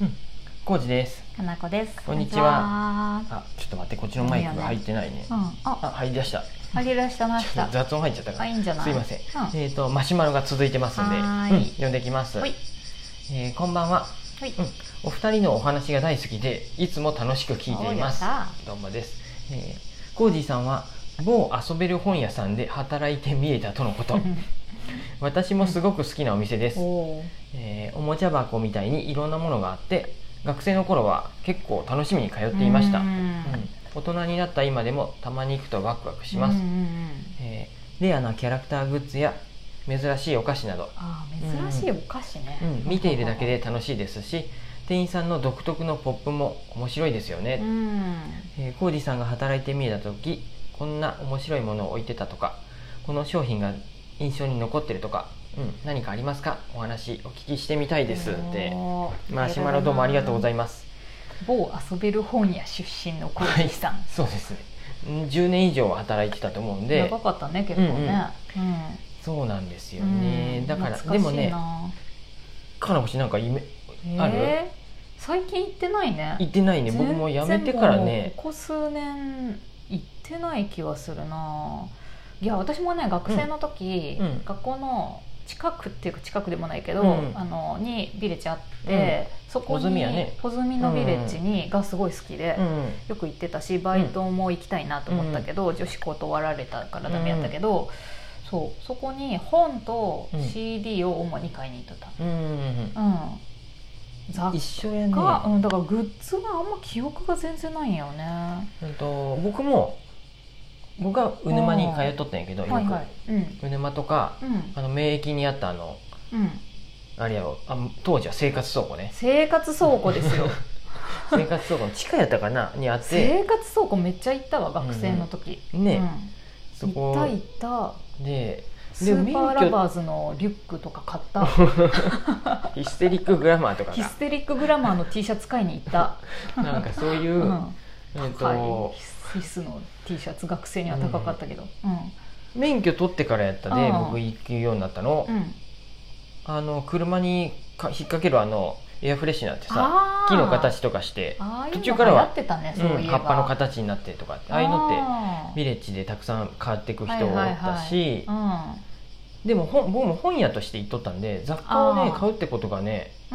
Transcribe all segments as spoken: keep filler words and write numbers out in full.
うん、コウジです。 かなこです。 こんにちは。あ、ちょっと待って、こっちのマイクが入ってないね。 うん、あ、 あ、入り出した。 入り出したました。 雑音入っちゃったから。 あ、いいんじゃない。 すいません。 うん、 えっとマシュマロが続いてますんで、うん、読んできます。はい。えー、こんばんは。はい。うん、お二人のお話が大好きで、いつも楽しく聞いています。どうもです。えー、コウジさんは某遊べる本屋さんで働いて見えたとのこと。私もすごく好きなお店です。お, えー、おもちゃ箱みたいにいろんなものがあって、学生の頃は結構楽しみに通っていました。うん、うん、大人になった今でもたまに行くとワクワクします。えー、レアなキャラクターグッズや珍しいお菓子など、 あ、珍しいお菓子ね、 うんうん、見ているだけで楽しいですし、店員さんの独特のポップも面白いですよね。えー、コウジさんが働いてみえた時、こんな面白いものを置いてたとか、この商品が印象に残ってるとか、うん、何かありますか？お話お聞きしてみたいですって。マシュマロどうもありがとうございます。 某遊べる本屋出身のコウジさん、はい、 そうですね。じゅうねん以上働いてたと思うんで、 長かったね結構ね。うんうんうん、 そうなんですよね。うん、だからでもね、かなこしなんかイメある？えー、最近行ってないね。 行ってないね。僕も辞めてからね。 ここ数年行ってない気はするな。いや私もね学生の時、うん、学校の近くっていうか近くでもないけど、うん、あのにビレッジあって、うん、そこに穂積のビレッジに、うん、がすごい好きで、うん、よく行ってたしバイトも行きたいなと思ったけど、うん、女子断られたからダメやったけど、うん、そうそこに本と シーディー を主に買いに行ってた。うん、うん雑貨、一緒やね。 うん、だからグッズがあんま記憶が全然ないんよね。 えっと僕も僕はうぬまに通っとったんやけど、よく、はいはい、うん、うぬまとか、うん、あの名駅にあったあの、うん、あれやろ、あ当時は生活倉庫ね。 生活倉庫ですよ。 生活倉庫の地下やったかなにあって、 生活倉庫めっちゃ行ったわ学生の時、うん、ね、うん、そこ行った行ったでスーパーラバーズのリュックとか買った。 ヒステリックグラマーとかヒステリックグラマーの T シャツ買いに行った。 なんかそういう、うん、 えーとはい、ヒスの T シャツ学生には高かったけど、うんうん、 免許取ってからやったで、うん、僕行くようになったの、うん、あの車にか引っ掛けるあのエアフレッシュナーってさ、木の形とかして途中からは、ねうん、葉っぱの形になってとかってああいうのってビレッジでたくさん買っていく人だし、でも本僕も本屋として行っとったんで雑貨をね買うってことがね、うん、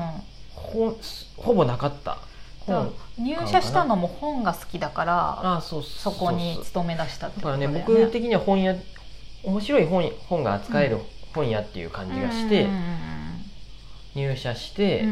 ほ, ほぼなかった。 入社したのも本が好きだからあそうそうそうそこに勤め出したってことだよね。 だからね僕的には本屋面白い 本, 本が扱える本屋っていう感じがして、うん、入社して、うん、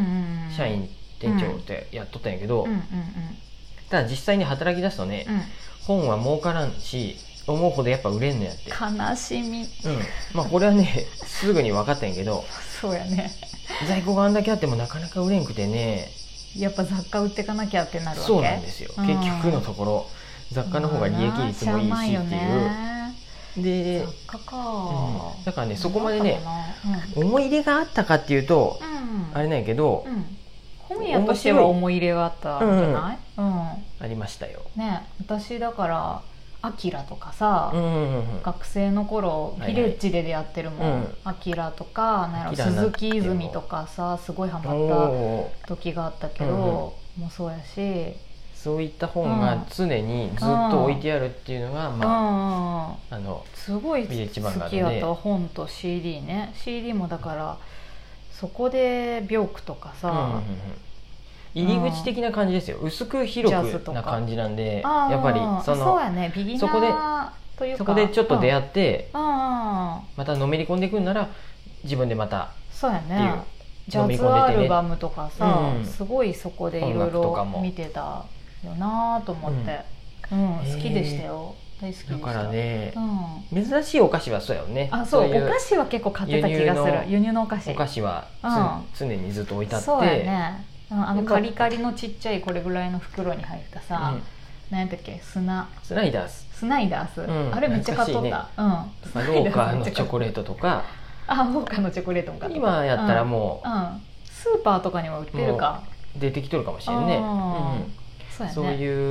社員店長ってやっとったんやけど、うん、ただ実際に働き出すとね、うん、本は儲からんし思うほどやっぱ売れんのやって。 悲しみ、うん、 まあこれはねすぐに分かったんやけどそうやね在庫があんだけあってもなかなか売れんくてね、 やっぱ雑貨売ってかなきゃってなるわけ。 そうなんですよ、うん、結局のところ雑貨の方が利益率もいいしっていう、ね、で雑貨か、 うん、だからねそこまでね、うん、思い入れがあったかっていうと、うん、あれなんやけど、うん、 本屋としては思い入れがあったんじゃない、うんうん、 ありましたよね。 私だからアキラとかさ、うんうんうん、学生の頃ヴィレッジで出会ってるもん、アキラとかなんやろ鈴木泉とかさすごいハマった時があったけど、うんうん、もうそうやしそういった本が常にずっと置いてあるっていうのが、うん、まあ、あのすごい好きやった本と シーディー ね。 シーディー もだからそこでビョークとかさ、うんうんうん、 入り口的な感じですよ。薄く広くな感じなんでやっぱりそのそうやね、ビギナーそこでというかそこでちょっと出会って、うん、またのめり込んでいくんなら自分でまたそうやね、ジャズアルバムとかさ、うん、すごいそこでいろいろ見てたよなと思って、うんうん、好きでしたよ。大好きでした。 だからね、うん、珍しいお菓子はそうやよね。 あ、そう、そういうお菓子は結構買ってた気がする。輸入のお菓子お菓子は、うん、常にずっと置いてあって、 そうやね、あのカリカリのちっちゃいこれぐらいの袋に入ったさ、うん、何やったっけ、砂スナイダーススナイダース、うん、あれめっちゃ買っとった、ね、うん、 ローカーのチョコレートとかあ、ローカーのチョコレートも買っとった。 今やったらもう、うんうん、 スーパーとかにも売ってるか出てきとるかもしれんね、うん、そうやね、そういう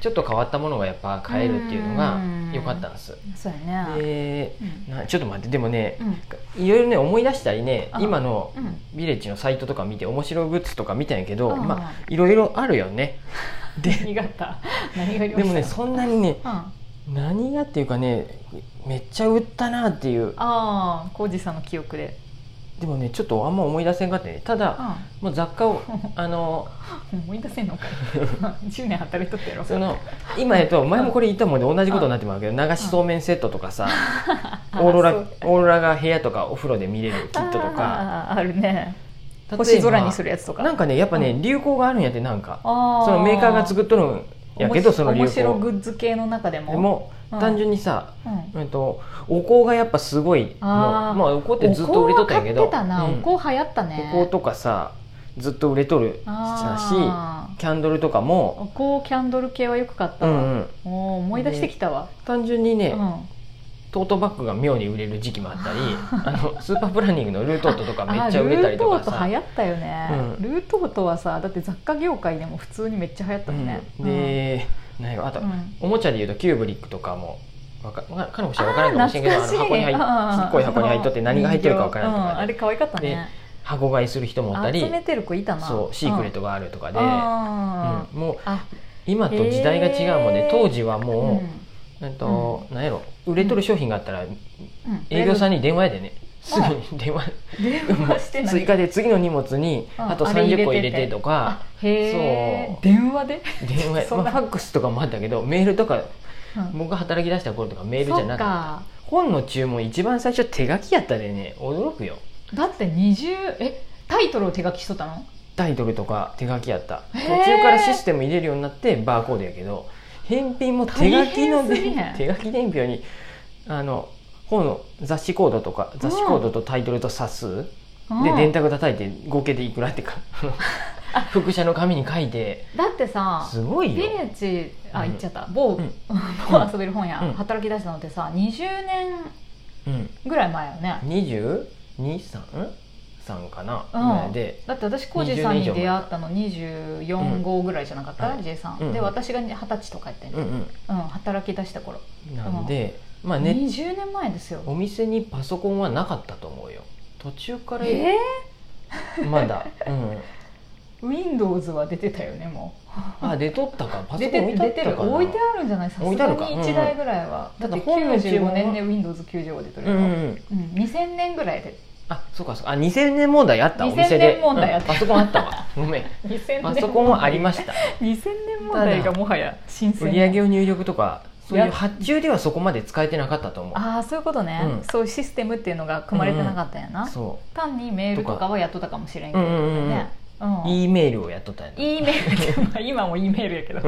ちょっと変わったものがやっぱ買えるっていうのが良かったんです。 そうやね。 で、うん、なちょっと待って、でもね、うん、いろいろね思い出したりね、今のヴィレッジのサイトとか見て面白いグッズとか見たんやけど、まあいろいろあるよね。 で何があった何がありました？ でもねそんなにね、うん、何がっていうかねめっちゃ売ったなっていう。 ああ、浩二さんの記憶で。 でもねちょっとあんま思い出せんかったね。ただ、うん、もう雑貨をあの思い出せんのかいじゅうねん働いとったやろ。 その今やと前もこれ言ったもんで同じことになってもらうけど、流しそうめんセットとかさ、オーロラオーロラが部屋とかお風呂で見れるキットとかあ, あるね。星空にするやつとかなんかねやっぱね、うん、流行があるんやって。なんかそのメーカーが作っとるんやけど、その流行面白グッズ系の中でもでも、うん、単純にさ、うんえっと、お香がやっぱすごい、あもう、まあ、お香ってずっと売れとったんやけど、 お香は買ってたな、うん、お香流行ったね。 お香とかさずっと売れとるし、キャンドルとかもお香キャンドル系はよく買ったわ、うんうん、お思い出してきたわ。 単純にね、うんトートバッグが妙に売れる時期もあったりあのスーパープランニングのルートートとかめっちゃ売れたりとかさ。 ルートート流行ったよね、うん、ルートートはさだって雑貨業界でも普通にめっちゃ流行ったもんね、 うん、で、うん、なんやあと、うん、おもちゃでいうとキューブリックとかもかかのこしは分からないかもしれんけど、あの箱に入っちっこい箱に入っとって何が入ってるか分からないとか、ねうん、 あれ可愛かったね。 箱買いする人もおったり、 集めてる子いたな。 そうシークレットがあるとかで、うんうん、もう今と時代が違うもんね。当時はもう、うんえっとうん、なんやろ売れとる商品があったら、うん、営業さんに電話やでね、すぐに電話電話してない追加で次の荷物にあとさんじゅっこ入れてとか。 へそう電話で電話、まあ、ファックスとかもあったけどメールとか、うん、僕が働き出した頃とかメールじゃなかった。本の注文一番最初手書きやったでね、驚くよ。 だってにじゅうえタイトルを手書きしとったの？ タイトルとか手書きやった。途中からシステム入れるようになってバーコードやけど、返品も手書きの手書き伝票にあの本の雑誌コードとか雑誌コードとタイトルと冊数、うん、で電卓叩いて合計でいくらってか複写の紙に書いて。 だってさすごいよ。 ヴィレッジあ言っちゃった、うん、某、うん、某遊べる本屋、うん、働き出したのってさにじゅうねんぐらい前よね。 にじゅうに、さんさんかな、 うん、でだって私浩二さんに出会ったのにじゅうよん号ぐらいじゃなかった、うん、J さん、うん、で私がはたちとかやってんね、うんうんうん、働き出した頃なんで、うんまあね、 にじゅうねんまえですよ。 お店にパソコンはなかったと思うよ途中から。 えー、まだ、 うん、Windows は出てたよね。もうあ出とったか。パソコン置いてあったかな。 置いてあるんじゃない？さすがにいちだいぐらいは、うん、だってきゅうじゅうごねんで ウィンドウズきゅうじゅうご 出とるよ、うんうんうん、にせんねんぐらいで。 あ、そうかそうか。あ、にせんねん問題あった。お店でにせんねん問題あった、 うん、パソコンあったわ。ごめん。パソコンはありました。 にせんねん問題がもはや新鮮。 売上を入力とかそういう発注ではそこまで使えてなかったと思う。 ああ、そういうことね、うん、そういうシステムっていうのが組まれてなかったんやな、うんうん、そう単にメールとかはやっとったかもしれんけどね、うんうんうんうん、E メールをやっとったんやな。 E メールって今も E メールやけど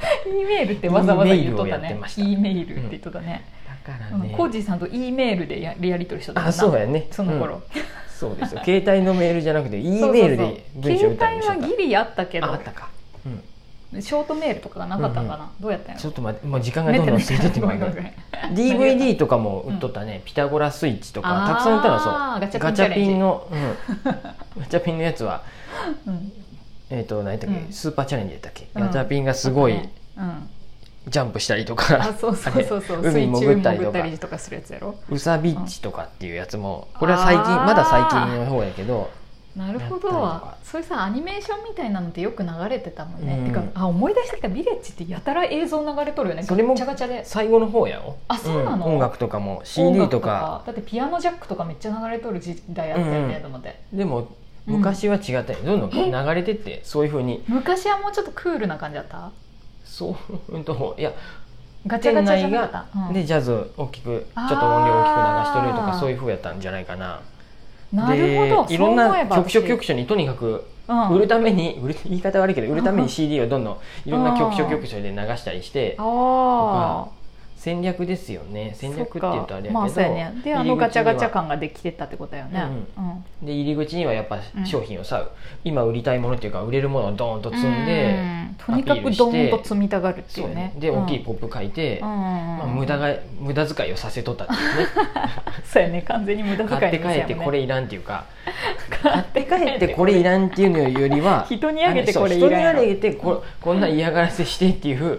E メールってわざわざ言っとったね。 E メールって言っとったね、 だからね、 コージーさんと E メールで や, やり取りしとったもんな。 あ、そうやね、 その頃、うんそうですよ。携帯のメールじゃなくて E メールで文章打ったりしとった。 携帯はギリあったけど、 あったか、 うん、ショートメールとかがなかったのかな、うんうん、どうやったんやろ。 ちょっと待って、もう時間がどんどん過ぎてってもらうねディーブイディー とかも売っとったね、うん、ピタゴラスイッチとかたくさん売ったの。そうガチャピン、ガチャピンの、うん、ガチャピンのやつは、うん、えっ、ー、と何やったっけ、うん、スーパーチャレンジやったっけ、うん、ガチャピンがすごい、ね、うんジャンプしたりとか、 あそうそうそうそう海に潜ったりとか、 とかするやつやろ。 ウサビッチとかっていうやつも、これは最近まだ最近の方やけど。 なるほど。そういうさアニメーションみたいなのってよく流れてたもんね、うん、てかあ思い出してきた。ヴィレッジってやたら映像流れとるよね。 それもガチャガチャで最後の方やよ。 あ、そうなの、 うん、音楽とかも シーディー と か, とかだってピアノジャックとかめっちゃ流れとる時代あったよね、うん、と思って。 でも昔は違ったよ、どんどん流れてってそういう風に。 昔はもうちょっとクールな感じだった。 そううんといやガチャガチャじゃなかった、 うん、でジャズ大きくちょっと音量大きく流しとるとかそういう風やったんじゃないかな。 なるほど。 でいろんな局所局所にとにかく売るために、うん、売る言い方悪いけど売るために シーディー をどんどんいろんな局所局所で流したりして、うん、とか戦略ですよね。戦略っていうとあれやけど、 まあそうやね。であのガチャガチャ感ができてたってことだよね、 うんうん、で入り口にはやっぱ商品をさ、うん、今売りたいものっていうか売れるものをドーンと積んで、うん、 とにかくドーンと積みたがるっていうね。 で大きいポップ書いて、うんまあ、無駄が無駄遣いをさせとったっていうねそうやね、完全に無駄遣い買って帰ってこれいらんっていうか買って帰ってこれいらんっていうのよりは人にあげてこれいらん、 人にあげて こ, こんな嫌がらせしてっていう、うん、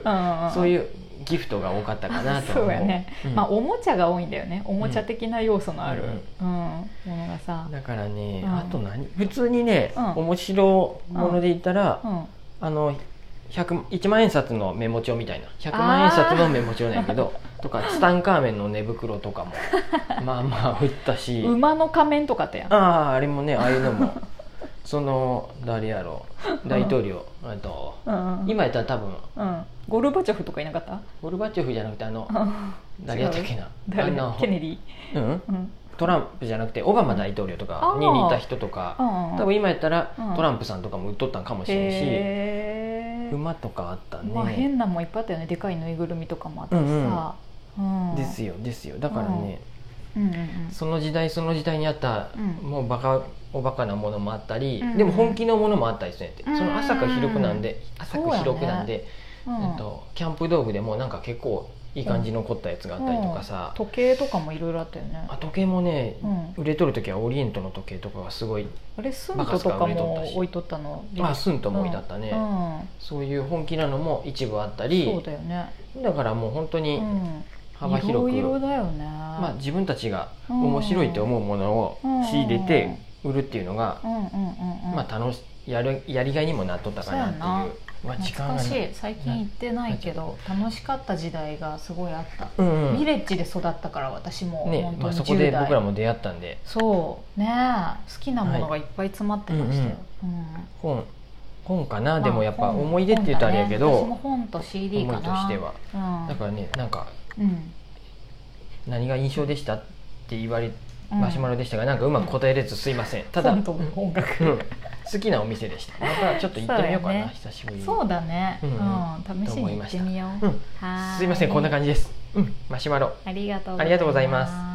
そういうギフトが多かったかなと思う。 そうやね、うん、まあおもちゃが多いんだよね。おもちゃ的な要素のある、うんうんうん、ものがさ、 だからね、うん、あと何普通にね、うん、面白いもので言ったら、うんうん、あのひゃくいちまん円札のメモ帳みたいなひゃくまん円札のメモ帳なんやけどとかツタンカーメンの寝袋とかもまあまあ売ったし、 馬の仮面とかってやん。 あああれもね、ああいうのもその誰やろう大統領、うん、とうんうん、今やったら多分、 うん、ゴルバチョフとかいなかった？ ゴルバチョフじゃなくてあの、うん、誰やったっけな、 誰あのケネディ、 うんうん、トランプじゃなくてオバマ大統領とかに似た人とか、うん、多分今やったら、うん、トランプさんとかも売っとったんかもしれんし、へ馬とかあったね。 まあ、変なもんいっぱいあったよね。でかいぬいぐるみとかもあってさ、うんうん、ですよですよ。だからね、うんうんうん、その時代その時代にあった、うん、もうバカおバカなものもあったり、うんうん、でも本気のものもあったりするんやって、うんうん、その浅く広くなんで浅く広くなんで、うんえっと、キャンプ道具でもなんか結構いい感じの凝ったやつがあったりとかさ、 うんうん、時計とかもいろいろあったよね。 あ時計もね、うん、売れとる時はオリエントの時計とかがすごいあれスントとかも置いとったの。 あスントも置いてあったね、うんうん、そういう本気なのも一部あったり。 そうだよね。 だからもう本当に幅広く、 いろいろだよね。 まあ、自分たちが面白いと思うものを仕入れて売るっていうのが、まあ楽しやるやりがいにもなっとったかなっていう。まあ、時間が懐かしい。最近行ってないけど楽しかった時代がすごいあった、うんうん、ヴィレッジで育ったから私も、 ね本当にまあ、そこで僕らも出会ったんで、 そうね、好きなものがいっぱい詰まってましたよ、はいうんうん、 本本かな、まあ、でもやっぱ思い出って言うとあれやけど、 私も本と シーディー かな、 思いとしては、うん、だからねなんか、うん、何が印象でしたって言われマシュマロでしたが、なんかうまく答えれずすいません。ただ本と音楽、うん、 好きなお店でした。またちょっと行ってみようかな、ね、久しぶりに。 そうだね、うんうん、試しに行ってみよう、うん、 すいませんこんな感じです、うん、マシュマロありがとうございます。